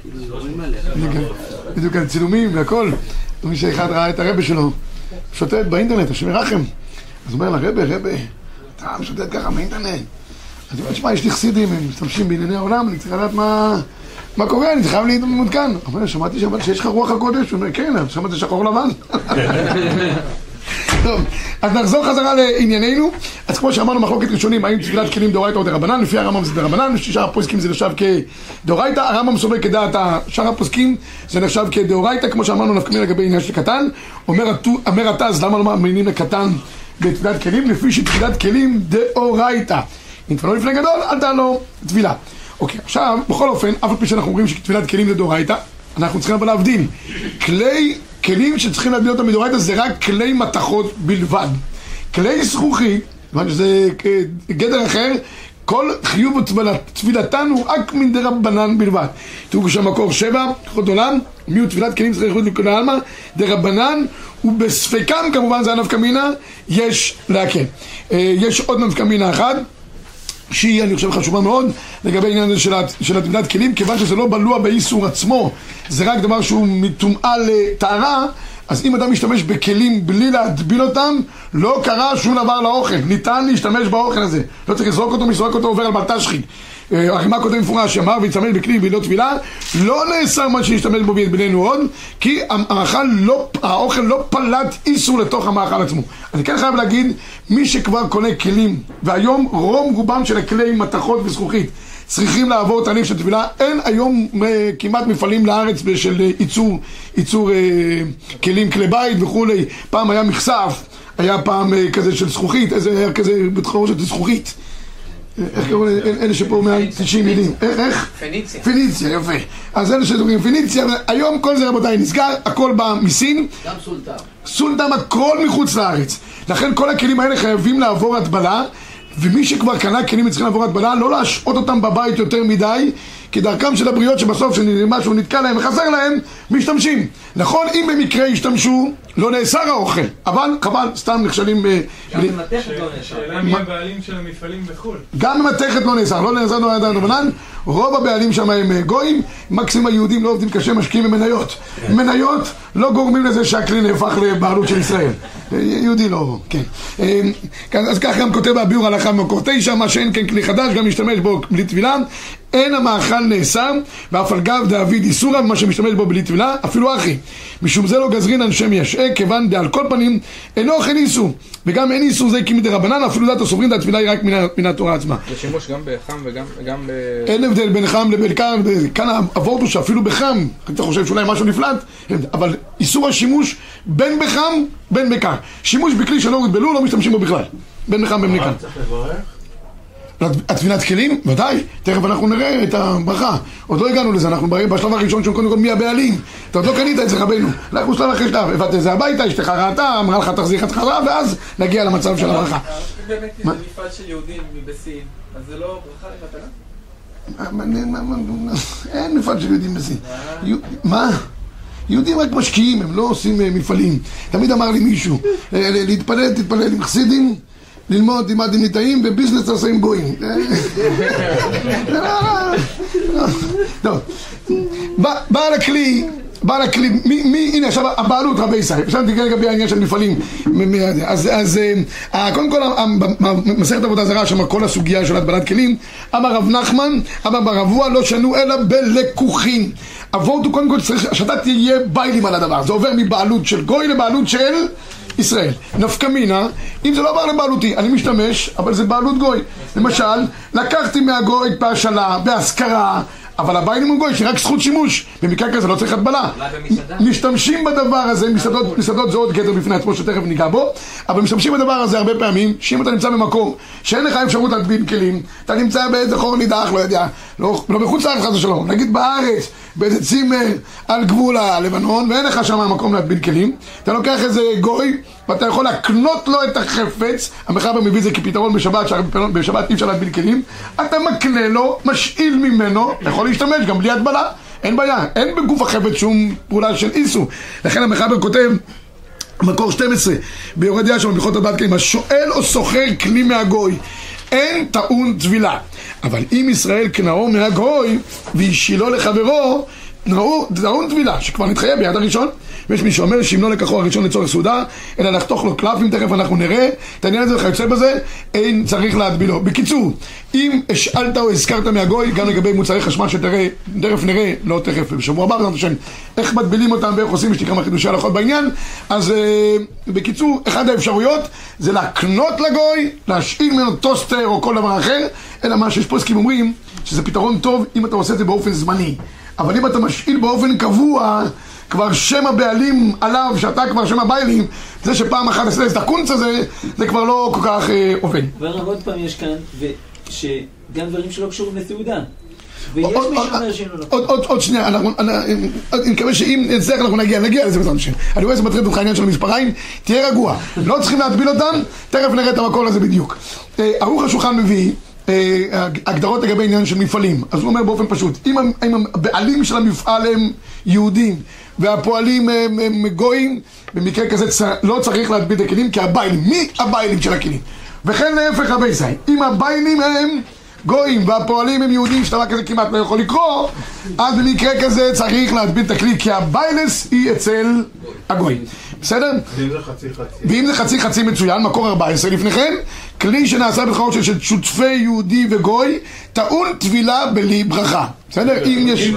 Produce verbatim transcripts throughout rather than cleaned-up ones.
בדיוק על צילומים והכל. מי שאחד ראה את הרבא שלו שוטט באינטרנט, השם ירחם, אז הוא אומר לה, רבא, רבא, אתה שוטט ככה באינטרנט. אז הוא אומר, שמע, יש לי חסידים, הם משתמשים בענייני העולם, אני צריך לדעת מה מה קורה, אני חייב להיות מעודכן. הוא אומר, שמעתי שיש לך רוח הקודש. הוא אומר, כן, שמעתי שחור לבן. טוב, אז נחזור חזרה לענייננו. אז כמו שאמרנו, מחלוקת ראשונים, האם תפילת כלים דאורייתא או דרבנן? לפי הרמב"ם זה דרבנן, שאר הפוסקים זה נחשב כדאורייתא. הרמב"ם סובר כדעת שאר הפוסקים זה נחשב כדאורייתא, כמו שאמרנו, נפקא מינה לגבי עניין של קטן. אומר התז, למה לא מאמינים לקטן בתפילת כלים? לפי שתפילת כלים דאורייתא. אם תפילו לפני גדול, אל תעלה לו תפילה. אוקיי, עכשיו, בכל אופן, אף על פי שאנחנו אומרים שתפילת כלים זה דאורייתא, אנחנו צריכים אבל להבדיל. כלי כלים שצריכים להבדיל אותם מדאורייתא זה רק כלי מתכות בלבד. כלי זכוכית, כיוון שזה גדר אחר, כל חיוב תפילתן הוא רק מן דרבנן בלבד. תראו שהמקור שבע, כוחות עולם, מיהו תפילת כלים צריך להיות לכול העלמא, דרבנן, ובספקם כמובן זה הנפקא מינה, יש להקל. יש עוד נפקא מינה אחת, שהיא, אני חושב, חשובה מאוד לגבי העניין הזה של תפילת כלים, כיוון שזה לא בלוע באיסור עצמו, זה רק דבר שהוא מטומאה לטהרה. אז אם אדם משתמש בכלים בלי להטביל אותם, לא קרה שום דבר לאוכל, ניתן להשתמש באוכל הזה, לא צריך לזרוק אותו, מזרוק אותו עובר על מלטשחית. הרימה כותב מפורש שאמר ויצמד בכלי בלי לא טבילה, לא נאסר מה שנשתמש בו בידינו עוד, כי המאכל לא, האוכל לא פלט איסור לתוך המאכל עצמו. אני כן חייב להגיד, מי שכבר קונה כלים, והיום רוב רובם של הכלי מתכות וזכוכית צריכים לעבור תהליך של טבילה, אין היום כמעט מפעלים לארץ של ייצור, ייצור כלים, כלי בית וכולי. פעם היה מכסף, היה פעם כזה של זכוכית, איזה היה כזה בתחרות של זכוכית. איך קראו אלה שפה מעל תשעים מילים? איך? פניציה. פניציה, יפה. אז אלה שדוברים פניציה, היום כל זה רבותיי נסגר, הכל בא מסין. גם סולטם. סולטם הכל מחוץ לארץ. לכן כל הכלים האלה חייבים לעבור הטבלה, ומי שכבר קנה כלים צריכים לעבור הטבלה, לא להשעות אותם בבית יותר מדי, כי דרכם של הבריות שבסוף שמשהו נתקע להם וחסר להם, משתמשים. נכון, אם במקרה ישתמשו, לא נאסר האוכל, אבל חבל, סתם נכשלים. גם במתכת לא נאסר. שאלה מי הבעלים של המפעלים בחו"ל. גם במתכת לא נאסר, לא נאסר לא ידע רבנן, רוב הבעלים שם הם גויים, מקסימום היהודים לא עובדים קשה, משקיעים במניות. מניות לא גורמים לזה שהכלי נהפך לבעלות של ישראל. יהודי לא, כן. אז כך גם כותב הביאור הלכה במקור תשע, מה שאין כן כלי חדש, גם משתמש בו בלי טבילה. אין המאכל נאסר, ואף על גב דאביד איסורה במה שמשתמש בו בלי טבילה, אפילו אחי. משום זה לא גזרין אנשי מיישעה, כיוון דעל כל פנים אינו אוכל איסור, וגם אין איסור זה כמדי רבנן, אפילו דעת הסוברין, דעת טבילה היא רק מן התורה עצמה. זה שימוש גם בחם וגם ב... אין הבדל בין חם לבין קר, כאן עבורת הוא שאפילו בחם, אתה חושב שאולי משהו נפלט, אבל איסור השימוש בין בחם, בין בקר. שימוש בכלי שלא הוטבלו, לא משתמשים בו בכלל. בין בחם, בין בקר. התפילת כלים? ודאי, תכף אנחנו נראה את הברכה. עוד לא הגענו לזה, אנחנו בשלב הראשון של קודם כל מי הבעלים. אתה עוד לא קנית את זה רבינו, אנחנו שלב אחרי שלב, הבאת את זה הביתה, אשתך ראתה, אמרה לך תחזיר את חזרה, ואז נגיע למצב של הברכה. אם באמת זה מפעל של יהודים בסין, אז זה לא ברכה למתנה? אין מפעל של יהודים בסין. מה? יהודים רק משקיעים, הם לא עושים מפעלים. תמיד אמר לי מישהו, להתפלל, תתפלל עם חסידים, ללמוד עם עדים ניטאים וביזנס עושה עם גויים. טוב, בעל הכלי, בעל הכלי, מי, הנה עכשיו הבעלות רבי ישראל, עכשיו תגיע לגבי העניין של מפעלים. אז קודם כל, מסכת עבודה זרה, שם כל הסוגיה של הטבלת כלים, אמר רב נחמן, אמר ברבוע, לא שנו אלא בלקוחים. עבורתו קודם כל צריך, שאתה תהיה ביילים על הדבר, זה עובר מבעלות של גוי לבעלות של ישראל. נפקא מינה, אם זה לא עבר לבעלותי, אני משתמש, אבל זה בעלות גוי. למשל, לקחתי מהגוי את ההשאלה, בהשכרה, אבל הבעלים הוא גוי, שרק זכות שימוש. במקרה כזה לא צריך הטבלה. משתמשים בדבר הזה, מסעדות, מסעדות זה עוד גדר בפני עצמו שתכף ניגע בו, אבל משתמשים בדבר הזה הרבה פעמים, שאם אתה נמצא במקום שאין לך אפשרות להטביל כלים, אתה נמצא באיזה חור נידח, לא יודע, לא, לא בחוץ לארץ חס ושלום, נגיד בארץ, באיזה צימר על גבול הלבנון, ואין לך שם מקום להטביל כלים, אתה לוקח איזה גוי, ואתה יכול להקנות לו את החפץ, המחבר מביא זה כפתרון בשבת, בשבת אי אפשר להטביל כלים, אתה מקנה לו, משאיל ממנו, אתה יכול להשתמש גם בלי הטבלה, אין בעיה, אין בגוף החפץ שום פעולה של איסור. לכן המחבר כותב, מקור שתים עשרה, ביורדיה שם בלכות הטבלת כלים, השואל או סוחר כלי מהגוי, אין טעון טבילה. אבל אם ישראל קנאו מהגוי והשאילו לחברו, ראו, ראו טבילה שכבר נתחייב ביד הראשון, ויש מי שאומר שאם לא לקחו הראשון לצורך סעודה, אלא לחתוך לו קלפים, תכף אנחנו נראה את העניין הזה וכיוצא בזה, אין צריך להטבילו. בקיצור, אם השאלת או הזכרת מהגוי, גם לגבי מוצרי חשמל שתראה, תכף נראה, לא תכף, בשבוע הבא, איך מטבילים אותם ואיך עושים, יש לי כמה חידושי הלכות בעניין. אז בקיצור, אחד האפשרויות זה להקנות לגוי, להשאיל ממנו טוסטר או כל דבר אחר, אלא מה שיש פוסקים אומרים שזה פתרון טוב אם אתה עושה את זה באופן זמני. אבל אם אתה משאיל באופן קבוע, כבר שם הבעלים עליו, שאתה כבר שם הבעלים, זה שפעם אחת עשית את הקונץ הזה, זה כבר לא כל כך אה, עובד. ורב, עוד פעם יש כאן, שגם דברים שלא קשורים לסעודה. ויש מי שאומר שהם לא נכון. עוד שנייה, אני מקווה שאם נצטרך אנחנו נגיע, נגיע לזה בעזרת השם. אני רואה שזה מטריד אותך העניין של המספריים, תהיה רגוע. לא צריכים להטביל אותם, תכף נראה את המקור הזה בדיוק. ערוך השולחן מביא הגדרות לגבי עניין של מפעלים. אז הוא אומר באופן פשוט, אם הבעלים של המפעל הם יהודים והפועלים הם גויים, במקרה כזה לא צריך להטביל את הכלים, כי הבעלים, מי הבעלים של הכלים? וכן להפך רבי זי, אם הבעלים הם גויים והפועלים הם יהודים, שדבר כזה כמעט לא יכול לקרוא, אז במקרה כזה צריך להטביל את הכלי, כי הביילס היא אצל הגויים. בסדר? ואם זה חצי חצי. ואם זה חצי חצי מצוין, מקור ארבע עשרה לפניכם, כלי שנעשה בחרות של שותפי יהודי וגוי, טעון טבילה בלי ברכה. בסדר? אם יש...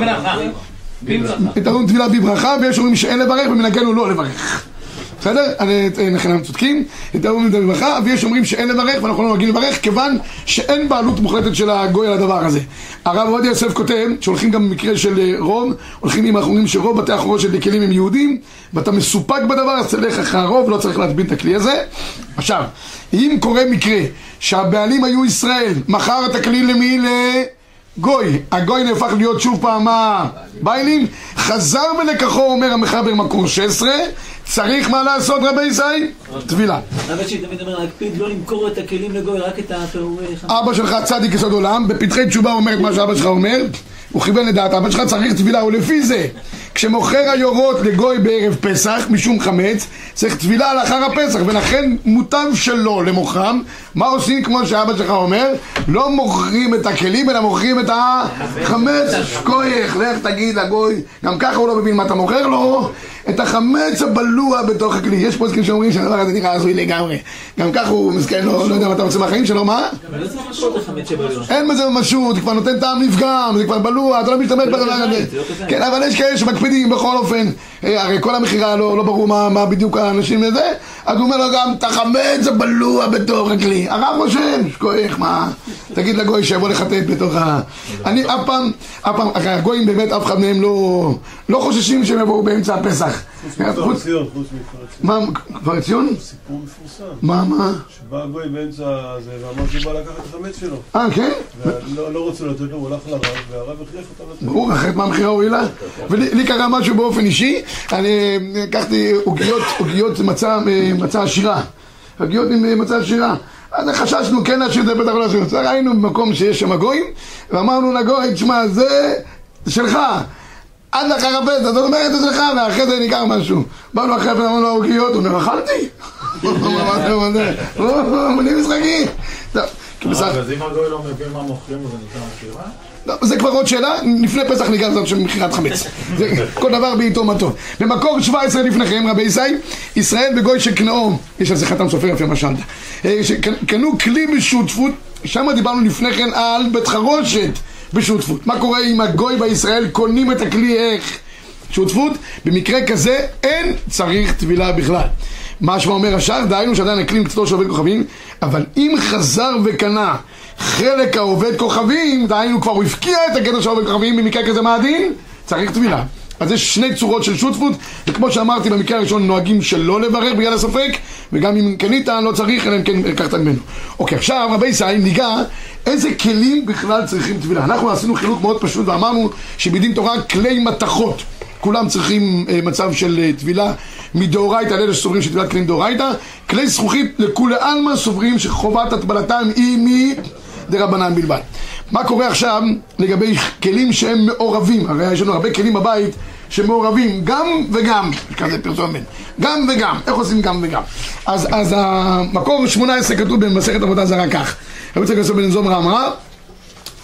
טעון טבילה בלי ברכה, ויש אומרים שאין לברך ומנגנו לא לברך. בסדר? אנחנו צודקים, טעון טבילה בלי ברכה, ויש אומרים שאין לברך ואנחנו לא נוהגים לברך, כיוון שאין בעלות מוחלטת של הגוי על הדבר הזה. הרב עובדיה יוסף כותב, שהולכים גם במקרה של רוב, הולכים עם האחרונים שרוב בתי החורשות לכלים הם יהודים, ואתה מסופק בדבר, אז תלך אחרי הרוב, לא צריך להטביל את הכלי הזה. עכשיו, אם קורה מקרה שהבעלים היו ישראל, מכר את הכלי למי? לגוי. הגוי נהפך להיות שוב פעם הבעלים, חזר ולקחו, אומר המחבר מקור שש עשרה, צריך מה לעשות רבי זי? טבילה. רבי שתמיד אומר להקפיד לא למכור את הכלים לגוי, רק את הפירורי חמש. אבא שלך צדיק יסוד עולם, בפתחי תשובה אומר את מה שאבא שלך אומר, הוא כיוון לדעת, אבא שלך צריך טבילה, ולפי זה, כשמוכר היורות לגוי בערב פסח, משום חמץ, צריך טבילה לאחר הפסח, ולכן מוטב שלא למוכרם. מה עושים כמו שאבא שלך אומר? לא מוכרים את הכלים, אלא מוכרים את החמץ. שכוייך, לך תגיד לגוי, גם ככה הוא לא מבין מה אתה מוכר לו, את החמץ הבלוע בתוך הכלי. יש פה עסקים שאומרים שהדבר הזה נראה עזוי לגמרי. גם ככה הוא מסכן, לא יודע מה אתה רוצה מהחיים שלו, מה? אין בזה משהו, זה כבר נותן טעם נפגם, זה כבר בלוע, אתה לא משתמש בדבר הזה. כן, אבל יש כאלה שמקפידים בכל אופן, הרי כל המחירה לא ברור מה בדיוק האנשים לזה, אז הוא אומר לו גם, את החמץ הבלוע בתוך הכלי. הרב רושם, שכוח, מה? תגיד לגוי שיבוא לחטט בתוך ה... אני אף פעם, אף פעם, הגויים באמת, אף אחד מהם לא חוששים שהם יבואו באמצע הפסח. חוץ ציון, חוץ מפרציון. מה, כבר ציון? סיפור מפורסם. מה, מה? שבא הגוי באמצע זה, ואמר שבא לקחת את החמץ שלו. אה, כן? ולא רוצה לתת לו, הוא הלך לרב, והרב הכריח אותם לתת. ברור, אחרת מה המחירה הועילה? ולי קרה משהו באופן אישי, אני לקחתי עוגיות מצה עשירה. עוגיות עם מצה עשירה. אז חששנו כן להשאיר את זה בטח לא להשאיר. ראינו במקום שיש שם גויים, ואמרנו לגוי, תשמע, זה שלך. עד לאחר הפסח, זאת אומרת את שלך, ואחרי זה ניקח משהו. באנו אחרי הפסח, אמרנו לעוגיות, הוא אומר, אכלתי? מה זה, מה זה? הוא מולי משחקי. אז אם הגוי לא מבין מה מוכרים, זה נקרא מחירה? זה כבר עוד שאלה, לפני פסח ניגע לזה של מחירת חמץ. כל דבר בעיתו מה טוב. במקור שבע עשרה לפניכם, רבי ישי, ישראל וגוי שקנאו, יש על זה חתם סופר יפה מה שאלת, שקנו כלי בשותפות, שם דיברנו לפני כן על בית חרושת בשותפות. מה קורה אם הגוי בישראל קונים את הכלי איך? שותפות? במקרה כזה אין צריך טבילה בכלל. מה שמה אומר השאר, דהיינו שעדיין הכלי מקצתו של עובד כוכבים, אבל אם חזר וקנה חלק העובד כוכבים, דהיינו כבר הוא הפקיע את הקטע של עובד כוכבים, במקרה כזה מה הדין? צריך טבילה. אז יש שני צורות של שותפות, וכמו שאמרתי במקרה הראשון נוהגים שלא לברך בגלל הספק, וגם אם קנית לא צריך, אלא אם כן לקחת ממנו. אוקיי, עכשיו רבי ישי ניגע איזה כלים בכלל צריכים טבילה. אנחנו עשינו חילוק מאוד פשוט ואמרנו שבדין תורה כלי מתכות כולם צריכים אה, מצב של אה, טבילה מדאורייתא, לאלה שסוברים שטבילת כלים דאורייתא. כלי זכוכית לכולי עלמא סוברים שחובת הטבלתם היא מדרבנן בלבד. מה קורה עכשיו לגבי כלים שהם מעורבים? הרי יש לנו הרבה כלים בבית שמעורבים גם וגם, כזה פרסומת, גם וגם. איך עושים גם וגם? אז, אז המקור שמונה עשרה כתוב במסכת עבודה זרה כך. רבי יצחק יוסף בן זומרה אמרה,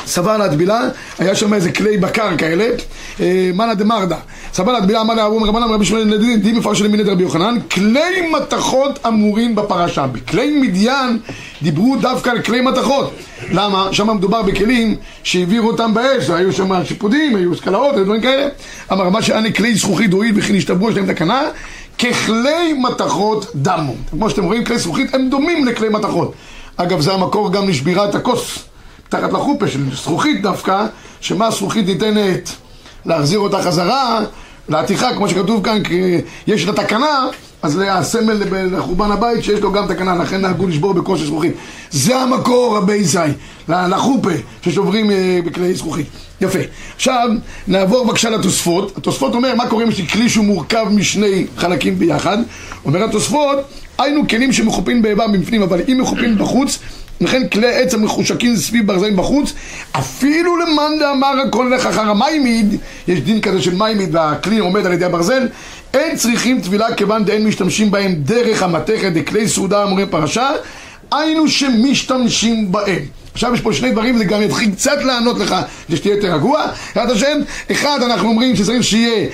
סבר להטבילה, היה שם איזה כלי בקר כאלה, מנה דמרדה. סבר להטבילה, אמר לאבו רבנן רבי שמואל לדין, די מפרש למין רבי יוחנן, כלי מתכות אמורים בפרשה. בכלי מדיין דיברו דווקא על כלי מתכות. למה? שם מדובר בכלים שהעבירו אותם באש, היו שם שיפודים, היו סקלאות, דברים כאלה. אמר מה שאני כלי זכוכית דרועית וכי נשתברו, יש להם תקנה, ככלי מתכות דמו. כמו שאתם רואים, כלי זכוכית הם דומים לכלי מתכות. אגב, זה המקור גם לשבירת הכוס תחת לחופה של זכוכית דווקא, שמה הזכוכית ניתנת להחזיר אותה חזרה לעתיכה, כמו שכתוב כאן, כי יש לה תקנה, אז הסמל לחורבן הבית שיש לו גם תקנה, לכן נהגו לשבור בכוס של זכוכית. זה המקור רבי ישי, לחופה ששוברים בכלי זכוכית. יפה. עכשיו נעבור בבקשה לתוספות. התוספות אומר, מה קורה אם יש לי כלי שהוא מורכב משני חלקים ביחד? אומר התוספות, היינו כלים שמחופים באיבר מבפנים, אבל אם מחופים בחוץ, לכן כלי עץ המחושקים סביב ברזלים בחוץ, אפילו למאן דאמר הכל הולך אחר המיימיד, יש דין כזה של מיימיד והכלי עומד על ידי הברזל, אין צריכים טבילה כיוון דאין משתמשים בהם דרך המתכת דכלי סעודה אמורים פרשה, היינו שמשתמשים בהם. עכשיו יש פה שני דברים, זה גם יתחיל קצת לענות לך שתהיה יותר רגוע. יד השם, אחד, אנחנו אומרים שצריך שיהיה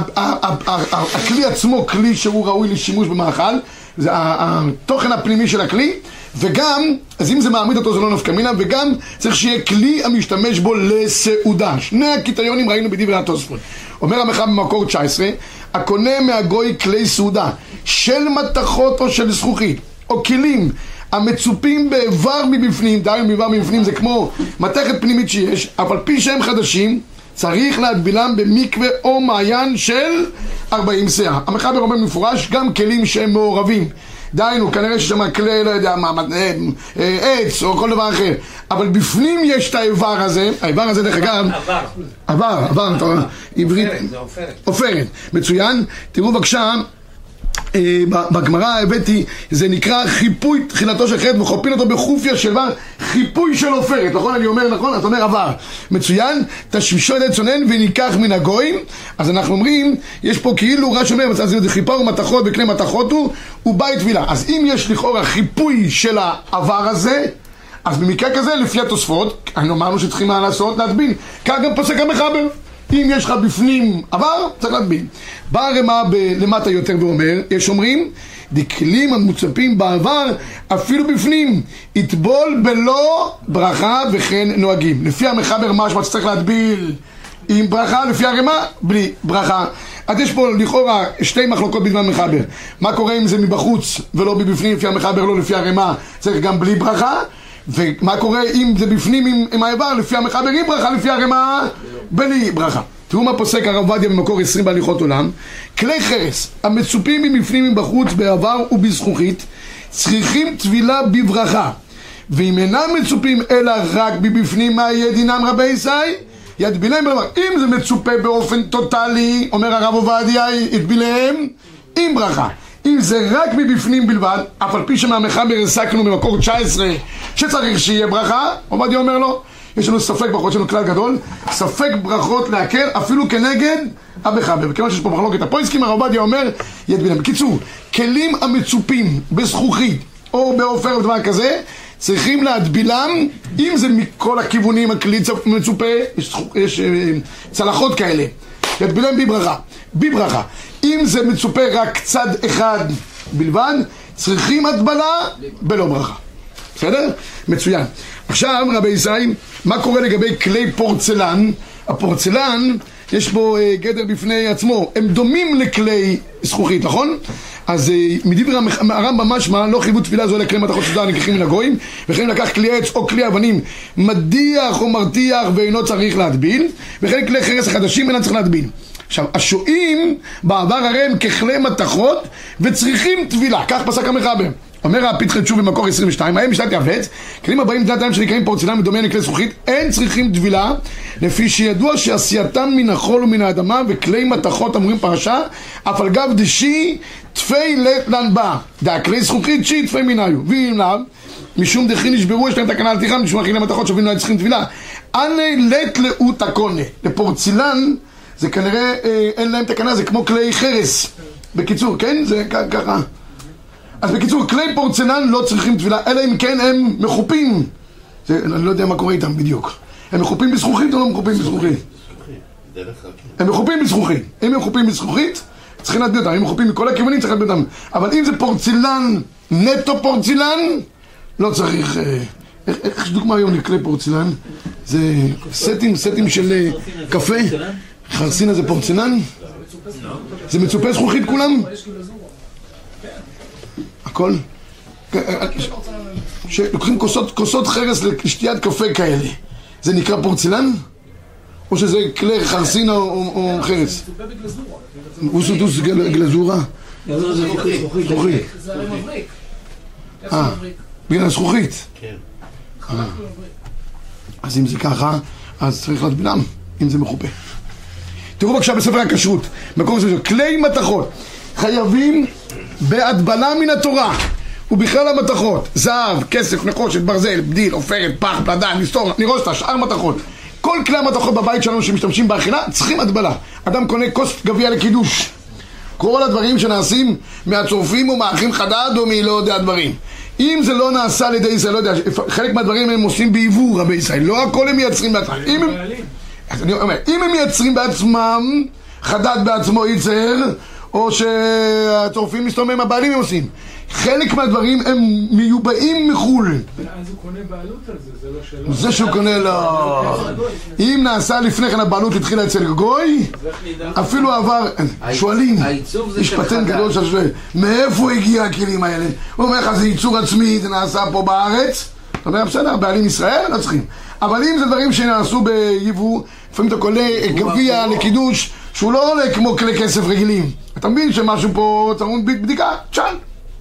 הכלי עצמו כלי שהוא ראוי לשימוש במאכל, זה התוכן הפנימי של הכלי, וגם, אז אם זה מעמיד אותו זה לא נפקא מינה, וגם צריך שיהיה כלי המשתמש בו לסעודה. שני הקריטריונים ראינו בדברי התוספות. אומר המחבר במקור תשע עשרה, הקונה מהגוי כלי סעודה של מתכות או של זכוכית, או כלים המצופים באיבר מבפנים, דהיינו באיבר מבפנים זה כמו מתכת פנימית שיש, אבל פי שהם חדשים, צריך להטבילם במקווה או מעיין של ארבעים סאה. המחבר אומר מפורש, גם כלים שהם מעורבים, דהיינו, כנראה ששם כלי, לא יודע מה, עץ או כל דבר אחר, אבל בפנים יש את האיבר הזה, האיבר הזה דרך אגב, עבר, עבר, עבר, עברית, עופרת, מצוין. תראו בבקשה, בגמרא הבאתי, זה נקרא חיפוי תחילתו של חטא וחופין אותו בחופיה של בר, חיפוי של עופרת, נכון? אני אומר, נכון? אתה אומר עבר, מצוין, תשמישו ידי צונן וניקח מן הגויים. אז אנחנו אומרים, יש פה כאילו רש אומר, זה חיפה ומתכות וכלי מתכות הוא, הוא בית טבילה. אז אם יש לכאורה חיפוי של העבר הזה, אז במקרה כזה לפי התוספות, אנחנו אמרנו שצריכים מה לעשות, להטבין, כך גם פוסק המחבר. אם יש לך בפנים עבר, צריך להטבין. בא הרמ"א למטה יותר ואומר, יש אומרים, דכלים המוצפים בעבר, אפילו בפנים, יטבול בלא ברכה וכן נוהגים. לפי המחבר משמע שצריך להטביל עם ברכה, לפי הרמ"א בלי ברכה. אז יש פה לכאורה שתי מחלוקות בזמן מחבר. מה קורה אם זה מבחוץ ולא מבפנים, לפי המחבר לא, לפי הרמ"א צריך גם בלי ברכה. ומה קורה אם זה בפנים עם, עם האיבר, לפי המחבר עם ברכה, לפי הרמ"א בלי ברכה. תראו מה פוסק הרב עובדיה במקור עשרים בהליכות עולם. כלי חרס המצופים מבפנים מבחוץ בעבר ובזכוכית צריכים טבילה בברכה, ואם אינם מצופים אלא רק מבפנים, מה יהיה דינם רבי ישי? יטבילם בברכה. אם זה מצופה באופן טוטלי, אומר הרב עובדיה, יטבילם עם ברכה. אם זה רק מבפנים בלבד, אף על פי שמהמחבר הסקנו במקור תשע עשרה שצריך שיהיה ברכה, עובדיה אומר לו, יש לנו ספק ברכות, יש לנו כלל גדול, ספק ברכות להקל אפילו כנגד המחבר. וכיוון שיש פה מחלוקת הפויסקים, הרב עובדיה אומר יטבילם. בקיצור, כלים המצופים בזכוכית או בעופר ודבר כזה, צריכים להטבילם, אם זה מכל הכיוונים הכלי מצופה, יש, יש צלחות כאלה, יטבילם בברכה, בברכה. אם זה מצופה רק צד אחד בלבד, צריכים הטבלה בלא ברכה. בסדר? מצוין. עכשיו רבי ישי, מה קורה לגבי כלי פורצלן? הפורצלן, יש פה uh, גדר בפני עצמו, הם דומים לכלי זכוכית, נכון? אז uh, מדבר הרמב"ם משמע, לא חיבו תפילה זו לכלי מתכות סעודה נלקחים מן הגויים, וכן לקח כלי עץ או כלי אבנים מדיח או מרתיח ואינו צריך להטביל, וכן כלי חרס החדשים אינם צריך להטביל. עכשיו, השועים בעבר הרי הם ככלי מתכות וצריכים טבילה, כך פסק המחבר. אומר הפתחי תשוב במקור עשרים ושתיים, ההם משלת יעבץ, כלים הבאים בדעת ההם שנקראים פורצלן ודומה לכלי זכוכית, אין צריכים טבילה, לפי שידוע שעשייתם מן החול ומן האדמה וכלי מתכות אמורים פרשה, אף על גב דשי תפי לטלן בה, דה כלי זכוכית שי תפי מיניו, ואם לאו, משום דחי נשברו, יש להם תקנה על תיכה, משום הכלי מתכות שווים לא צריכים טבילה. אנה לטלאו תקונה, לפורצלן, זה כנראה אה, אין להם תקנה, זה כמו כלי חרס. בקיצור, כן? זה ככה. אז בקיצור, כלי פורצלן לא צריכים טבילה, אלא אם כן הם מחופים. זה, אני לא יודע מה קורה איתם בדיוק. הם מחופים בזכוכית או לא מחופים בזכוכית? הם מחופים בזכוכית. אם הם מחופים בזכוכית, צריכים להדביל אותם. אם הם מחופים מכל הכיוונים, צריך להדביל אותם. אבל אם זה פורצלן, נטו פורצלן, לא צריך... איך, איך דוגמה היום נקלה פורצלן? זה סטים, סטים של קפה. חרסינה זה פורצלן? זה מצופה זכוכית כולם? הכל? שלוקחים כוסות, כוסות חרס לשתיית קפה כאלה. זה נקרא פורצלן? או שזה כלי חרסינה או חרס? הוא סודוס גלזורה? זה זכוכית. זכוכית. זה הרי מבריק. איך אה, זה מבריק? בגלל הזכוכית? כן. אז אם זה ככה, אז צריך להדבילם, אם זה מחופה. תראו בבקשה בספר הכשרות, מקור של כלי מתכות חייבים בהדבלה מן התורה ובכלל המתכות, זהב, כסף, נחושת, ברזל, בדיל, עופרת, פח, פלדה, נסתור, נירוסטה, שאר מתכות. כל כלי המתכות בבית שלנו שמשתמשים באכילה צריכים הדבלה. אדם קונה כוס גביע לקידוש, כל הדברים שנעשים מהצורפים או מהאחים חדד או מלא יודע דברים. אם זה לא נעשה על ידי ישראל, לא יודע, חלק מהדברים הם עושים בעיבור רבי ישראל, לא הכל הם מייצרים בעצמם. אם הם, אז אני אומר, אם הם מייצרים בעצמם, חדד בעצמו ייצר, או שהצורפים מסתובבים, הבעלים הם עושים. חלק מהדברים הם מיובאים מחול. אז הוא קונה בעלות על זה, זה לא שלו. זה שהוא קונה לא... אם נעשה לפני כן הבעלות התחילה אצל גוי, אפילו עבר... שואלים, יש פטנט גדול של שואל, מאיפה הגיע הכלים האלה? הוא אומר לך, זה ייצור עצמי, זה נעשה פה בארץ. אתה אומר, בסדר, בעלים ישראל, לא צריכים. אבל אם זה דברים שנעשו ביבוא, לפעמים אתה קונה גביע לקידוש, שהוא לא עולה כמו כלי כסף רגילים. אתה מבין שמשהו פה צריך בדיקה? צ'אן.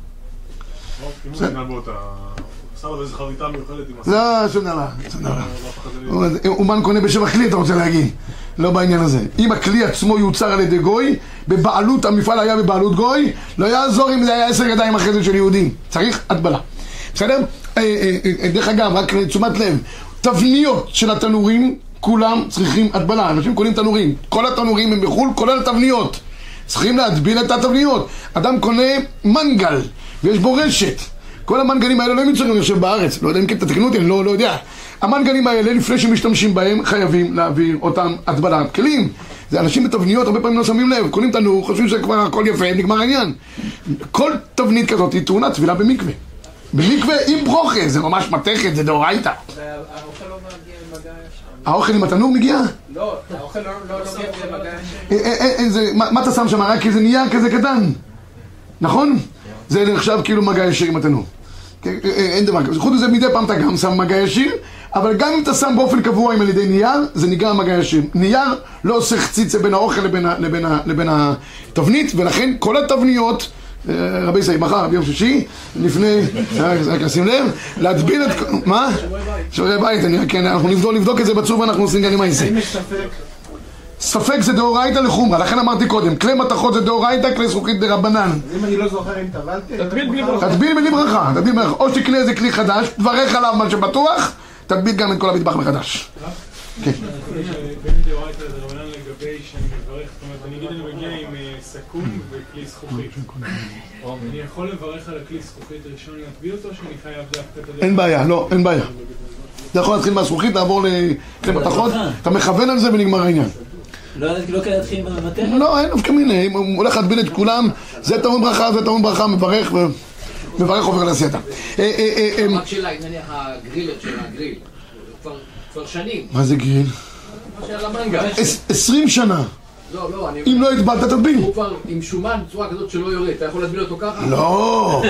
אם הוא נגנב אותה, שם לו איזה חריטה מיוחדת עם הסף. לא, שום דבר, שום דבר. אומן קונה בשבע כלי, אתה רוצה להגיד. לא בעניין הזה. אם הכלי עצמו יוצר על ידי גוי, בבעלות, המפעל היה בבעלות גוי, לא יעזור אם זה היה עשר ידיים אחרי זה של יהודים. צריך הדבלה. בסדר? דרך אגב, רק תשומת לב, תבניות של התנורים, כולם צריכים הדבלה. אנשים קונים תנורים. כל התנורים הם בחול, כולל התבניות. צריכים להדביל את התבניות. אדם קונה מנגל, ויש בו רשת. כל המנגלים האלה לא מיוצרים עכשיו בארץ. לא יודע אם כן תתקנו אותי, אני לא, לא יודע. המנגלים האלה, לפני שמשתמשים בהם, חייבים להעביר אותם הדבלת כלים. זה אנשים בתבניות, הרבה פעמים לא שמים לב. קונים תנור, חושבים שכבר הכל יפה, נגמר העניין. כל תבנית כזאת היא טעונה טבילה במקווה. במקווה עם ברוכה, זה ממש מתכת, זה דאורייתא. והאוכל לא מגיע למגע ישר. האוכל עם התנור מגיע? לא, האוכל לא מגיע למגע ישר. מה אתה שם שם? רק איזה נייר כזה קטן? נכון? זה נחשב כאילו מגע ישיר עם התנור. אין דבר כזה. חוץ מזה מדי פעם אתה גם שם מגע ישיר, אבל גם אם אתה שם באופן קבוע עם על ידי נייר, זה נקרא מגע ישיר. נייר לא עושה חציצה בין האוכל לבין התבנית, ולכן כל התבניות, רבי ישראל, מחר, ביום שישי, לפני, רק לשים לב, להדביל את... מה? שיעורי בית, אנחנו נבדוק את זה בצור ואנחנו עושים גם עם היסי. ספק זה דאורייתא לחומרה, לכן אמרתי קודם, כלי מתכות זה דאורייתא, כלי זכוכית דרבנן. אם אני לא זוכר אם טבלתי... תדביל בלי ברכה. תדביל בלי ברכה, תדביל בלי ברכה. או שתקנה איזה כלי חדש, תברך עליו מה שבטוח, תדביל גם את כל המטבח מחדש. כן. בין דאורייתא דרבנן לגבי שאני מברך, זאת אומרת, אני אגיד אני מגיע עם סכו"ם וכלי זכוכית. אני יכול לברך על הכלי זכוכית ראשון להטביל אותו, שאני חייב דווקא את הדרך? אין בעיה, לא, אין בעיה. אתה יכול להתחיל מהזכוכית, לעבור לכלי מתכות, אתה מכוון על זה ונגמר העניין. לא כדי להתחיל עם המתכת? לא, אין אף כמיני, אם הוא הולך להטביל את כולם, זה טעון ברכה, זה טעון ברכה, מברך ומברך עובר לעשייתה. רק שאלה, אם נניח הגרילר של הגריל, כבר שנים. מה זה גריל? עשרים שנה. לא, לא, אני... אם לא הטבלת, תטביל. הוא כבר עם שומן בצורה כזאת שלא יורד, אתה יכול להטביל אותו ככה? לא,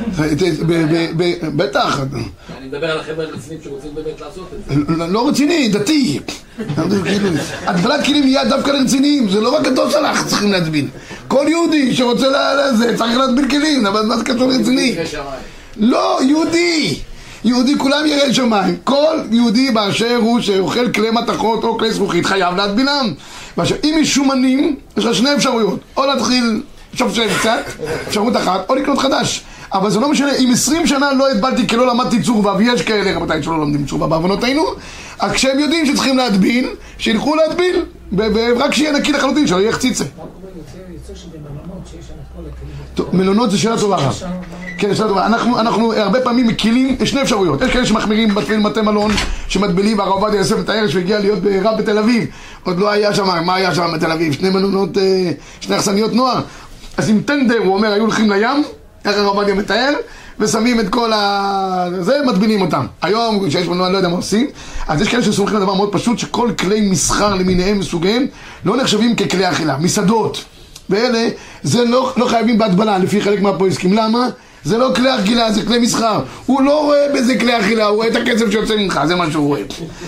בטח. אני מדבר על החבר'ה הרציניים שרוצים באמת לעשות את זה. לא רציני, דתי. הדבלת כלים נהיה דווקא לרציניים, זה לא רק הדוס הלך צריכים להטביל. כל יהודי שרוצה לזה צריך להטביל כלים, אבל מה זה קשור לרציני? לא, יהודי. יהודי כולם ירא שמיים. כל יהודי באשר הוא שאוכל כלי מתכות או כלי זכוכית חייב להטבילם. אם יש שומנים, יש לך שני אפשרויות. או להתחיל שופשף קצת, אפשרות אחת, או לקנות חדש. אבל זה לא משנה, אם עשרים שנה לא הטבלתי כי לא למדתי צורבה, ויש כאלה רבותיי שלא לומדים צורבה בעוונותינו, אז כשהם יודעים שצריכים להטביל, שילכו להטביל, ורק שיהיה נקי לחלוטין, שלא יהיה חציצה. יוצא שבמלונות שיש שם את כל הכלים. טוב, מלונות זה שאלה טובה. כן, שאלה טובה. אנחנו, אנחנו הרבה פעמים מקילים, יש שני אפשרויות. יש כאלה שמחמירים בתפילים בתי מלון, שמטבילים, והרב עובדיה יוסף מתאר שהוא הגיע להיות רב בתל אביב. עוד לא היה שם, מה היה שם בתל אביב? שני מלונות, שני אכסניות נוער. אז עם טנדר, הוא אומר, היו הולכים לים, איך הרב עובדיה מתאר, ושמים את כל ה... זה, מטבילים אותם. היום, שיש לנו, אני לא יודע מה עושים, אז יש כאלה שסומכים על דבר מאוד פשוט, שכל כלי מסחר למיניהם וסוגיהם לא נחשבים ככלי אכילה. מסעדות, ואלה, זה לא, לא חייבים בהטבלה, לפי חלק מהפועסקים. למה? זה לא כלי אכילה, זה כלי מסחר. הוא לא רואה בזה כלי אכילה, הוא רואה את הכסף שיוצא ממך, זה מה שהוא רואה.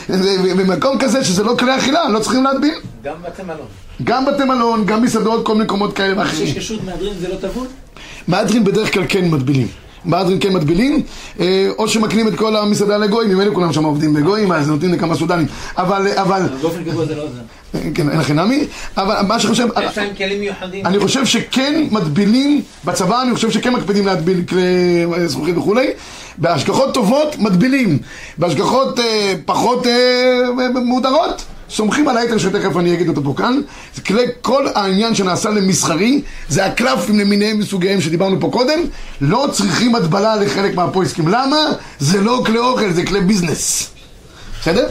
במקום כזה שזה לא כלי אכילה, לא צריכים להטביל. גם בתי מלון. גם בתי מלון, גם מסעדות, כל מיני מקומות כאלה ואחרים. שיש כשרות מהדרין זה לא טבול? מהדרין בדרך כלל כן מטבילים. מהדרין כן מטבילים, או שמקנים את כל המסעדה לגויים, אם אלה כולם שם עובדים בגויים, אז נותנים לכמה סודנים. אבל, אבל... באופן קבוע זה לא זה. כן, אין לכם נמי, אבל מה שחושב... יש להם כלים מיוחדים. אני חושב שכן מטבילים, בצבא אני חושב שכן מקפידים להטביל כלי זכוכית וכולי, בהשגחות טובות מטבילים, בהשגחות פחות מודרות, סומכים על היתר שתכף אני אגיד אותו פה כאן. זה כלי, כל העניין שנעשה למסחרי, זה הקלפים למיניהם מסוגיהם שדיברנו פה קודם, לא צריכים הטבלה לחלק מהפועסקים. למה? זה לא כלי אוכל, זה כלי ביזנס. בסדר?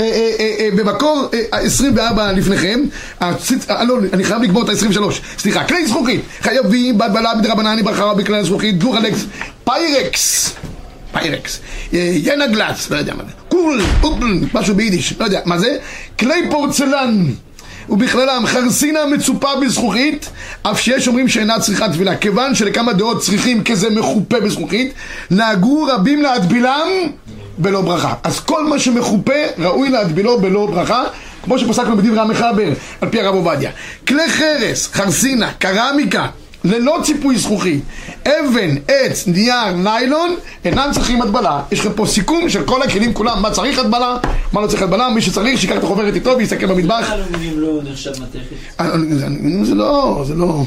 במקור עשרים וארבע לפניכם, לא, אני חייב לגמור את ה-עשרים ושלוש, סליחה, כלי זכוכית, חייבים בהטבלה בדרבנן ברכה בכלי זכוכית, דורלקס, פיירקס, פיירקס, ינגלץ, לא יודע מה זה, קול, אופל, משהו ביידיש, לא יודע מה זה, כלי פורצלן, ובכללם חרסינה מצופה בזכוכית, אף שיש אומרים שאינה צריכה תבילה, כיוון שלכמה דעות צריכים כזה מחופה בזכוכית, נהגו רבים להטבילם בלא ברכה. אז כל מה שמחופה ראוי להטבילו בלא ברכה, כמו שפסקנו בדברי המחבר על פי הרב עובדיה. כלי חרס, חרסינה, קרמיקה, ללא ציפוי זכוכית, אבן, עץ, נייר, ניילון, אינם צריכים הטבלה. יש לכם פה סיכום של כל הכלים כולם, מה צריך הטבלה, מה לא צריך הטבלה, מי שצריך שיקח את החוברת איתו ויסתכל במטבח. אלומיניום לא נחשב מתכת? אלומיניום זה לא, זה לא,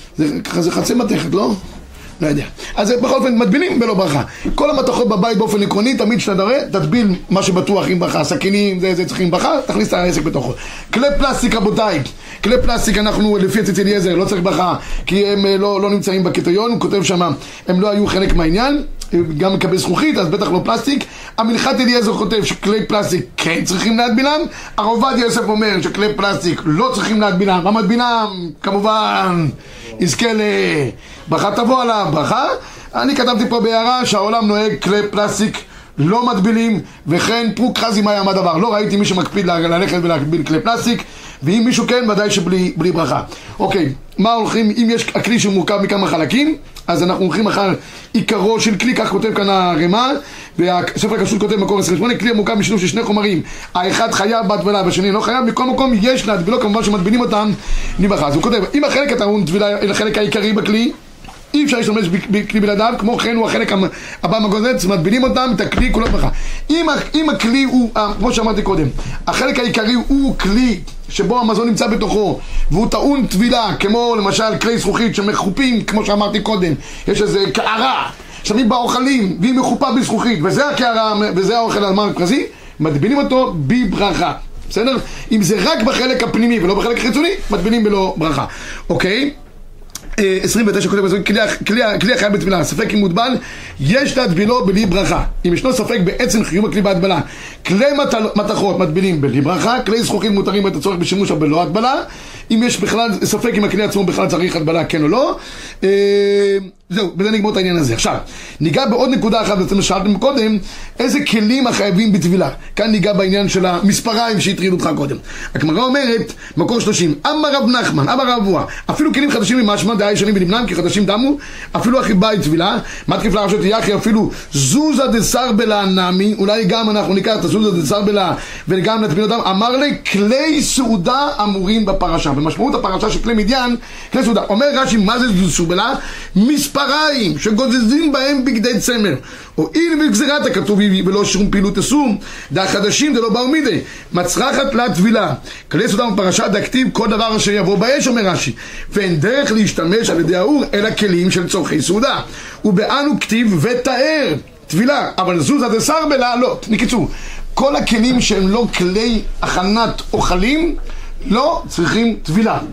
זה חצי מתכת, לא? לא יודע. אז בכל אופן, מטבילים בלא ברכה. כל המתכות בבית באופן עקרוני, תמיד שתדרה, תטביל מה שבטוח עם ברכה. סכינים, זה, זה צריכים ברכה, תכניס את העסק בתוכו. כלי פלסטיק, רבותיי. כלי פלסטיק, אנחנו לפי הציץ אליעזר, לא צריך ברכה, כי הם לא, לא נמצאים בקריטריון. הוא כותב שמה, הם לא היו חלק מהעניין. גם מקבל זכוכית, אז בטח לא פלסטיק. המלכת אליעזר כותב שכלי פלסטיק כן צריכים להטבילם. הרב עובדיה יוסף אומר שכלי פלסטיק לא צריכים להטבילם. המטבילם, כמובן, יזכה לברכה תבוא עליו, ברכה. אני כתבתי פה בהערה שהעולם נוהג כלי פלסטיק לא מטבילים, וכן פרוק חזי מה יעמד דבר. לא ראיתי מי שמקפיד ללכת ולהטביל כלי פלסטיק, ואם מישהו כן, ודאי שבלי בלי ברכה. אוקיי, מה הולכים, אם יש הכלי שמורכב מכמה חלקים, אז אנחנו הולכים אחר עיקרו של כלי, כך כותב כאן הרמ"א, והספר הכשרות כותב מקור עשרים ושמונה, כלי המורכב משילוב של שני חומרים, האחד חייב בהטבלה והשני לא חייב, מכל מקום יש להטבילו, כמובן שמטבילים אותם נברכה. אז הוא כותב, אם החלק הטעון טבילה אל החלק העיקרי בכלי, אי אפשר להשתמש בכלי בלעדיו, כמו כן הוא החלק הבא מגוזץ, מטבילים אותם, את הכלי כולו ברכה. אם, אם הכלי הוא, כמו שאמרתי קודם, החלק העיקרי הוא כלי שבו המזון נמצא בתוכו, והוא טעון טבילה, כמו למשל כלי זכוכית שמחופים, כמו שאמרתי קודם, יש איזה קערה, שמים בה אוכלים, והיא מחופה בזכוכית, וזה הקערה, וזה האוכל המרכזי, מטבילים אותו בברכה. בסדר? אם זה רק בחלק הפנימי ולא בחלק החיצוני, מטבילים בלא ברכה. אוקיי? עשרים ותשע כותב, כלי החייב בטבילה, ספק אם מוטבל, יש להטבילו בלי ברכה. אם ישנו ספק בעצם חיוב הכלי בהטבלה, כלי מתכות מטבילים בלי ברכה, כלי זכוכית מותרים את הצורך בשימוש בלא הטבלה. אם יש בכלל ספק אם הכלי עצמו בכלל צריך הטבלה, כן או לא. זהו, בזה נגמור את העניין הזה. עכשיו, ניגע בעוד נקודה אחת, אתם שאלתם קודם, איזה כלים החייבים בטבילה. כאן ניגע בעניין של המספריים שהטרידו אותך קודם. הגמרא אומרת, מקור שלושים, אמר רב נחמן, אמר רב אבוה, אפילו כלים חדשים ממשמע דעה ישנים בנמנם, כי חדשים דמו, אפילו החיבה היא טבילה, מה תקיף להרשות יחי, אפילו זוזה דסר בלה נמי, אולי גם אנחנו ניקח את הזוזה דסר בלה, וגם נטביל אותם, אמר לי, כלי סעודה אמורים בפרשה. במשמעות הפרשה של כלי מדיין, כלי סעודה. אומר רש"י, מה זה זוזה בלה? מספריים שגוזזים בהם בגדי צמר, או אין בגזירת הכתוב ולא שום פעילות אסור, דה חדשים זה לא באו מידי, מצרחת לטבילה. כלי סעודה בפרשה דכתיב כל דבר אשר יבוא באש, אומר רש"י, ואין דרך להשתמש על ידי האור אלא כלים של צורכי סעודה, ובאנו כתיב ותאר טבילה, אבל זוזה דסר בלה לא. נקיצור, כל הכלים שהם לא כלי הכנת אוכלים לא צריכים טבילה.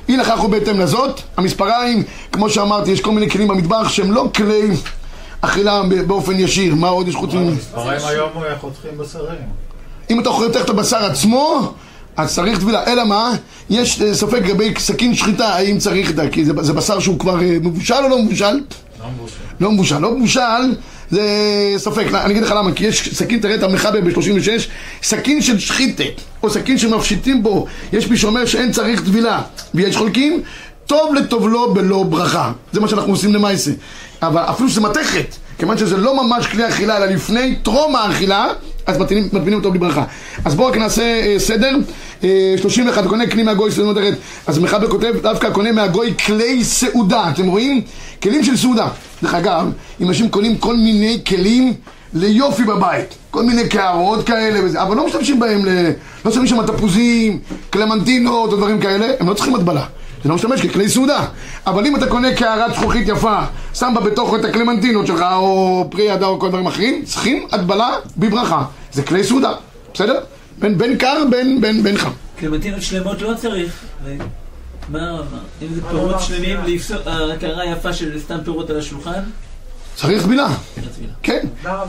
אי לכך הוא בהתאם לזאת. המספריים, כמו שאמרתי, יש כל מיני כלים במטבח שהם לא כלי אכילה באופן ישיר. מה עוד יש חוץ מ... המספריים היום חותכים בשרים. אם אתה חותך את הבשר עצמו, אז צריך טבילה. אלא מה? יש ספק לגבי סכין שחיטה, האם צריך את זה, כי זה, זה בשר שהוא כבר מבושל או לא מבושל? לא מבושל. לא מבושל. לא מבושל, זה ספק. אני אגיד לך למה, כי יש סכין, תראה את המחבר ב-שלושים ושש, סכין של שחיטה, או סכין שמפשיטים בו, יש מי שאומר שאין צריך טבילה, ויש חולקים, טוב לטוב לו בלא ברכה. זה מה שאנחנו עושים למעשה. אבל אפילו שזה מתכת, כיוון שזה לא ממש כלי אכילה, אלא לפני טרום האכילה, אז מטבינים אותו בלי ברכה. אז בואו רק נעשה אה, סדר. אה, שלושים ואחת, קונה כלי מהגוי סעודה מתכת. אז מחבר כותב, דווקא קונה מהגוי כלי סעודה. אתם רואים? כלים של סעודה. דרך אגב, אם אנשים קונים כל מיני כלים ליופי בבית, כל מיני קערות כאלה וזה, אבל לא משתמשים בהם, ל... לא שמים שם תפוזים, קלמנטינות או דברים כאלה, הם לא צריכים הטבלה. זה לא משתמש ככלי סעודה. אבל אם אתה קונה קערת זכוכית יפה, שם בה בתוך את הקלמנטינות שלך, או פרי ידה או כל דברים אחרים, צריכים הטבלה בברכה. זה כלי סעודה, בסדר? בין, בין קר, בין, בין, בין חם. קלמנטינות שלמות לא צריך. מה, מה? אם זה פירות שלמים, הקערה יפה של סתם פירות על השולחן? צריך טבילה. כן.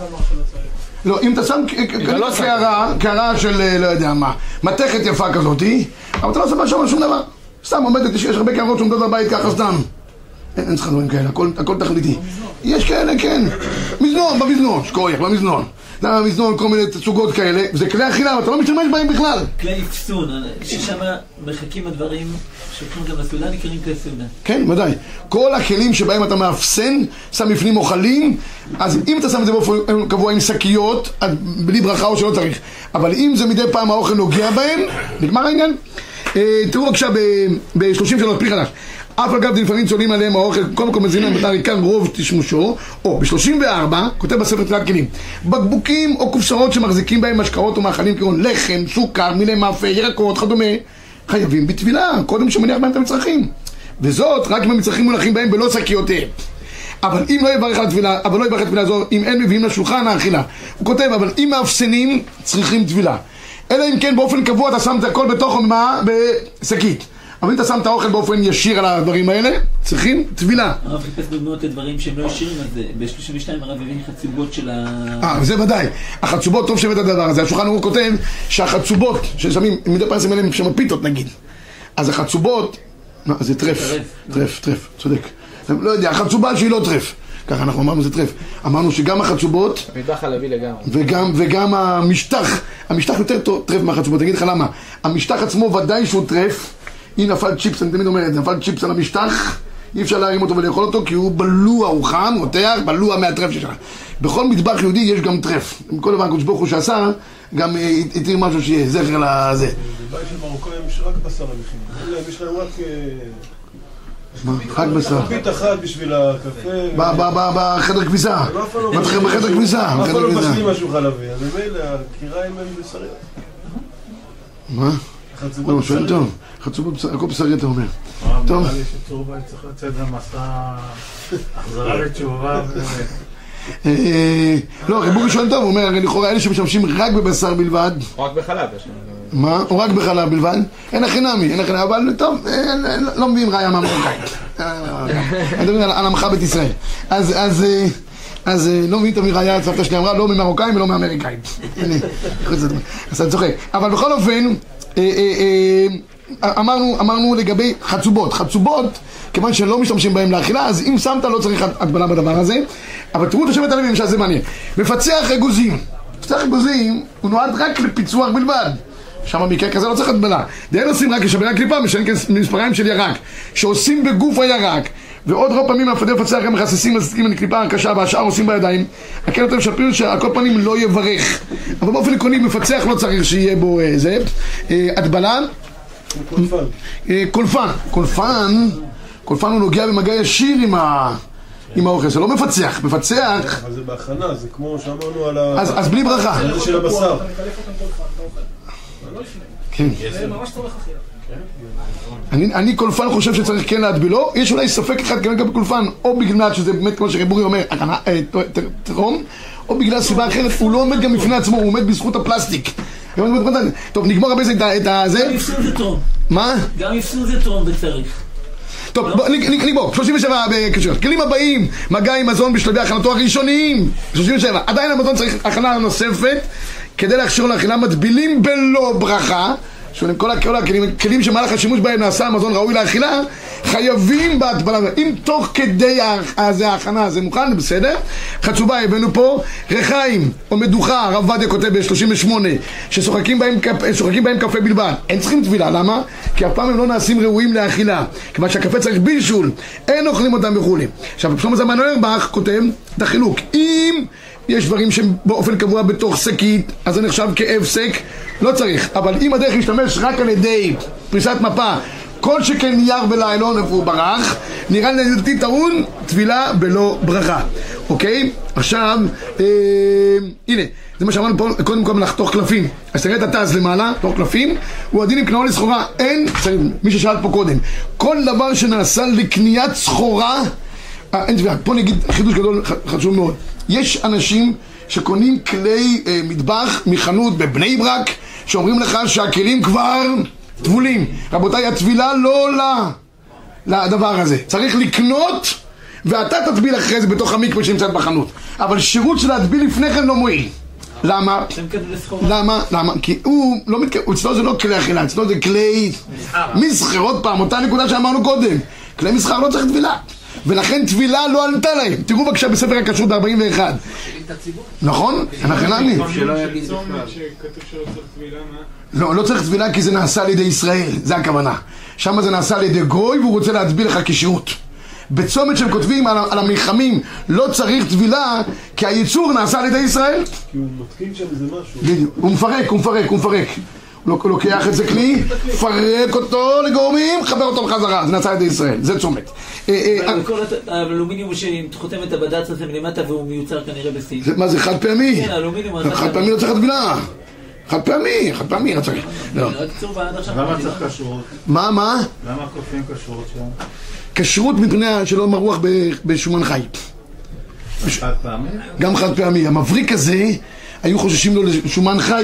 לא, אם אתה שם קערה, קערה של, לא יודע מה, מתכת יפה כזאת, אבל אתה לא שם שם שום דבר. סתם עומדת, יש הרבה קערות שעומדות בבית ככה סתם. אין, אין צריך דברים כאלה, הכל, הכל תכליתי. יש כאלה, כן. מזנון, במזנון, שקוייך, במזנון. זה במזנון, כל מיני תצוגות כאלה, וזה כלי אכילה, אבל אתה לא משתמש בהם בכלל. כלי אפסון, ששם מחכים הדברים שהולכים גם לסעודה, נקראים כלי סעודה. כן, ודאי. כל הכלים שבהם אתה מאפסן, שם בפנים אוכלים, אז אם אתה שם את זה באופן קבוע עם שקיות, בלי ברכה או שלא צריך. אבל אם זה מדי פעם האוכל נוגע בהם, נגמר העניין. תראו בבקשה ב-שלושים שלוש פרי חדש. אף אגב לפעמים צולים עליהם האוכל, קודם כל מזינים בתר עיקר רוב תשמושו, או ב-שלושים וארבע, כותב בספר תפילת כלים, בקבוקים או קופסאות שמחזיקים בהם משקאות או מאכלים כגון לחם, סוכר, מילי מאפה, ירקות, כדומה, חייבים בטבילה, קודם שמניח בהם את המצרכים. וזאת רק אם המצרכים מונחים בהם בלא שקיותיהם. אבל אם לא יברך על התפילה, אבל לא יברך על התפילה הזו, אם אין מביאים לשולחן האכילה. הוא כותב, אבל אם מאפסנים, צריכים תפילה. אלא אם כן באופן קבוע אתה שם את הכל בתוך מה? בשקית. אבל אם אתה שם את האוכל באופן ישיר על הדברים האלה, צריכים תבילה. הרב חיפש דוגמאות לדברים שהם לא ישירים, אז ב-שלושים ושתיים הרב הביא חצובות של ה... אה, זה ודאי. החצובות, טוב שבאת הדבר הזה. השולחן הוא כותב שהחצובות ששמים, מדי פרסים האלה שם פיתות נגיד. אז החצובות, מה, זה טרף. טרף, טרף, צודק. לא יודע, החצובה שהיא לא טרף. ככה אנחנו אמרנו זה טרף. אמרנו שגם החצובות מטבח חלבי לגמרי. וגם, וגם המשטח, המשטח יותר טרף מהחצובות. תגיד לך למה? המשטח עצמו ודאי שהוא טרף. אם נפל צ'יפס, אני תמיד אומר את זה, נפל צ'יפס על המשטח, אי אפשר להרים אותו ולאכול אותו, כי הוא בלוע, הוא חם, הוא תיאר, בלוע מהטרף שלך. בכל מטבח יהודי יש גם טרף. כל דבר הקדוש ברוך הוא שעשה, גם יתיר משהו שיהיה זכר לזה. בבית של מרוקאים יש רק בשר המכין. יש להם רק... מה? רק בשר. פית אחת בשביל הקפה. בחדר כביסה. בחדר כביסה. אף פעם לא מבשלים משהו חלבי. אז ממילא, הקיריים הם בשריות. מה? לא, שואל טוב. חצובות בשרי, הכל בשרי אתה אומר. טוב. נראה לי שצהובה צריך לצאת במסע החזרה לתשובה. לא, חיבורי שואל טוב, הוא אומר, לכאורה אלה שמשמשים רק בבשר בלבד. או רק בחלב. מה? או רק בחלב בלבד? אין הכי נמי, אין הכי נמי, אבל טוב, לא מביאים ראיה מהמרוקאים. אני מדבר על עמך בית ישראל. אז... אז לא מבין תמיד ראיה, סבתא שלי אמרה, לא ממרוקאים ולא מאמריקאים. אז אני צוחק. אבל בכל אופן, אמרנו, אמרנו לגבי חצובות. חצובות, כיוון שלא משתמשים בהם לאכילה, אז אם שמת לא צריך הגבלה בדבר הזה. אבל תראו את השבט הלוי, שזה מעניין. מפצח אגוזים. מפצח אגוזים הוא נועד רק לפיצוח בלבד. שם המקרה כזה לא צריך הגבלה. דהן עושים רק לשברי הקליפה, משנים מספריים של ירק, שעושים בגוף הירק. ועוד רוב פעמים המפדה מפצח גם מחססים מסתיקים על קליפה הקשה והשאר עושים בידיים. הכן יותר משפרים שעל כל פנים לא יברך. אבל באופן עקרוני מפצח לא צריך שיהיה בו זה. הדבלה. קולפן. קולפן. קולפן. קולפן הוא נוגע במגע ישיר עם ה... עם האוכל, זה לא מפצח, מפצח... אבל זה בהכנה, זה כמו שאמרנו על ה... אז בלי ברכה. זה של הבשר. כן. זה ממש צורך אכילה. אני, אני קולפן חושב שצריך כן להטבילו, יש אולי ספק אחד כרגע בקולפן, או בגלל שזה באמת כמו שחיבורי אומר, תרום, או בגלל סיבה אחרת, הוא לא עומד גם בפני עצמו, הוא עומד בזכות הפלסטיק. טוב, נגמור הרבה את הזה. גם יפסול זה טרום. מה? גם יפסול זה טרום וצריך. טוב, בוא נגמור, שלושים ושבע בקשיות. כלים הבאים, מגע עם מזון בשלבי הכנתו הראשוניים. שלושים ושבע, עדיין המזון צריך הכנה נוספת כדי להכשיר לאכילה, מטבילים בלא ברכה. שואלים, כל הכלים, כלים שמהלך השימוש בהם נעשה המזון ראוי לאכילה, חייבים בהטבלה. אם תוך כדי ההכנה זה מוכן, בסדר. חצובה הבאנו פה, רחיים או מדוחה, הרב עובדיה כותב ב-שלושים ושמונה, ששוחקים בהם, שוחקים בהם קפה בלבד. אין צריכים טבילה, למה? כי אף פעם הם לא נעשים ראויים לאכילה, כיוון שהקפה צריך בישול, אין אוכלים אותם וכולי. עכשיו, שלמה זלמן אוירבך כותב את החילוק. אם יש דברים שהם באופן קבוע בתוך שקית, אז זה נחשב כהפסק, לא צריך. אבל אם הדרך להשתמש רק על ידי פריסת מפה, כל שכן נייר בליילון איפה הוא ברח, נראה לי לדעתי טעון טבילה בלא ברכה. אוקיי? עכשיו, אה, הנה, זה מה שאמרנו פה, קודם כל לחתוך קלפים. אז תראה את התז למעלה, תוך קלפים, הוא הדין עם קנאו לסחורה. אין, מי ששאל פה קודם, כל דבר שנעשה לקניית סחורה, אה, אין טבילה. פה נגיד חידוש גדול חשוב מאוד. יש אנשים שקונים כלי אה, מטבח מחנות בבני ברק, שאומרים לך שהכלים כבר טבולים. רבותיי, הטבילה לא עולה לדבר הזה. צריך לקנות ואתה תטביל אחרי זה בתוך המקווה שנמצאת בחנות. אבל שירות של להטביל לפני כן לא מועיל. למה? למה? למה? כי הוא לא מתכוון, אצלו זה לא כלי אכילה, אצלו זה כלי מסחר. עוד פעם, אותה נקודה שאמרנו קודם, כלי מסחר לא צריך טבילה, ולכן טבילה לא עלתה להם. תראו בבקשה בספר הכשרות ב-ארבעים ואחת. נכון? אנחנו נעמי. לא, לא צריך טבילה כי זה נעשה על ידי ישראל, זה הכוונה. שם זה נעשה על ידי גוי והוא רוצה להטביל לך כשירות. בצומת שהם כותבים על, על המלחמים לא צריך טבילה כי הייצור נעשה על ידי ישראל. כי הוא מתקין שם איזה משהו. בדיוק, הוא מפרק, הוא מפרק, הוא מפרק. הוא לוקח את זה כלי, פרק אותו לגורמים, חבר אותו בחזרה, זה נעשה על ידי ישראל, זה צומת. וכל האלומיניום שחותם את הבד"ץ הזה מלמטה והוא מיוצר כנראה בסין. מה זה, חד פעמי? כן, האלומיניום. חד פעמי לא צריך טבילה. חד פעמי, חד פעמי לא צריך. למה צריך כשרות? מה, מה? למה כופים כשרות שם? כשרות מפני שלא מרוח בשומן חי. חד פעמי? גם חד פעמי. המבריק הזה, היו חוששים לו לשומן חי,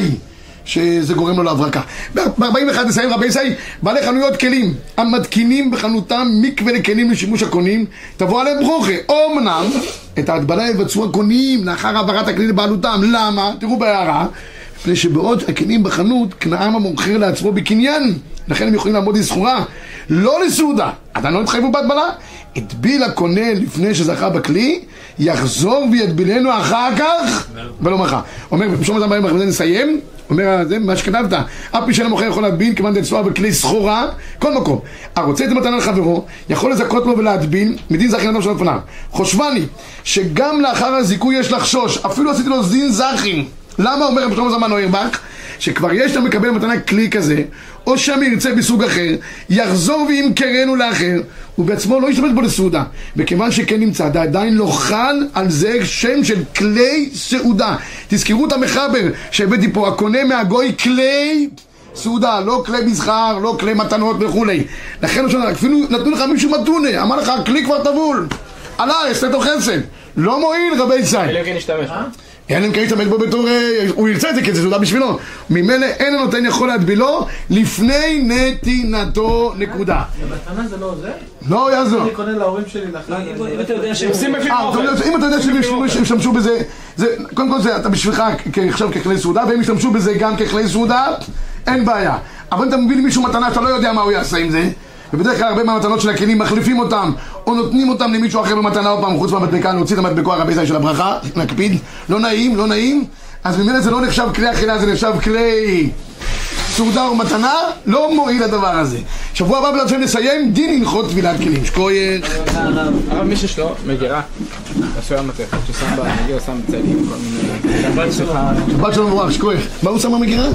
שזה גורם לו להברקה. ב-ארבעים ואחת נסיים רבי ישראל, בעלי חנויות כלים, המתקינים בחנותם מקווה לכלים לשימוש הקונים, תבוא עליהם ברוכה. אומנם, את ההטבלה יבצעו הקונים לאחר העברת הכלי לבעלותם. למה? תראו בהערה. מפני שבעוד הכלים בחנות, כנעם המוכר לעצמו בקניין, לכן הם יכולים לעמוד לסחורה, לא לסעודה. עדיין לא התחייבו בהטבלה. הטביל הקונה לפני שזכה בכלי, יחזור ויטבילנו אחר כך ולא מחר. אומר, בשום הזמן בזה נסיים, אומר, זה מה שכתבת, אף פי שאין המוכר יכול להטביל כיוון דצועה בכלי סחורה, כל מקום. הרוצה את המתנה לחברו, יכול לזכות לו ולהטביל, מדין זכין אדם של לפניו. חושבני, שגם לאחר הזיכוי יש לחשוש, אפילו עשיתי לו דין זכין. למה אומר בשלמה זלמן אוירבך? שכבר יש להם לקבל מתנה כלי כזה, או שם ירצה בסוג אחר, יחזור וימכרנו לאחר, ובעצמו לא ישתמש בו לסעודה. וכיוון שכן נמצא, עדיין לא חל על זה שם של כלי סעודה. תזכרו את המחבר שהבאתי פה, הקונה מהגוי כלי סעודה, לא כלי מסחר, לא כלי מתנות וכולי. לכן אפילו נתנו לך מישהו מתונה, אמר לך, הכלי כבר טבול, עלה, הסתתו חסד, לא מועיל רבי ישראל. אלא כן נשתמש בו. אין להם כאלה להשתמש בו בתור, הוא ירצה את זה כי זה סעודה בשבילו. ממילא אין הנותן יכול להטבילו לפני נתינתו, נקודה. במתנה זה לא עוזר? לא יעזור. אני קונה להורים שלי לאחר. אם אתה יודע שהם עושים בפי אם אתה יודע שהם ישתמשו בזה, קודם כל זה אתה בשבילך עכשיו ככלי סעודה, והם ישתמשו בזה גם ככלי סעודה, אין בעיה. אבל אתה מביא לי מישהו מתנה שאתה לא יודע מה הוא יעשה עם זה, ובדרך כלל הרבה מהמתנות של הכלים מחליפים אותם או נותנים אותם למישהו אחר במתנה עוד פעם חוץ מהמדבקה, להוציא את המדבקה הרבי ישראל של הברכה, נקפיד, לא נעים, לא נעים. אז ממילא זה לא נחשב כלי אכילה, זה נחשב כלי סעודה או מתנה, לא מועיל הדבר הזה. שבוע הבא בלעד שנסיים, דין הלכות טבילת כלים. שכוייך. הרב מי שיש לו מגירה, עשוי המתכת, ששם במגירה, שם צלים, כל מיני... שבת שלום. שבת שלום וברח, שכוייך. מה הוא שם במגירה?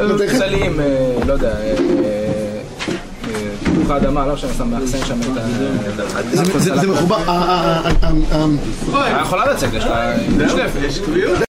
צלים, לא יודע... תפוח האדמה, לא שם שם באחסן שם את ה... זה מחובר... יכולה לצאת, יש לה... יש קביעות?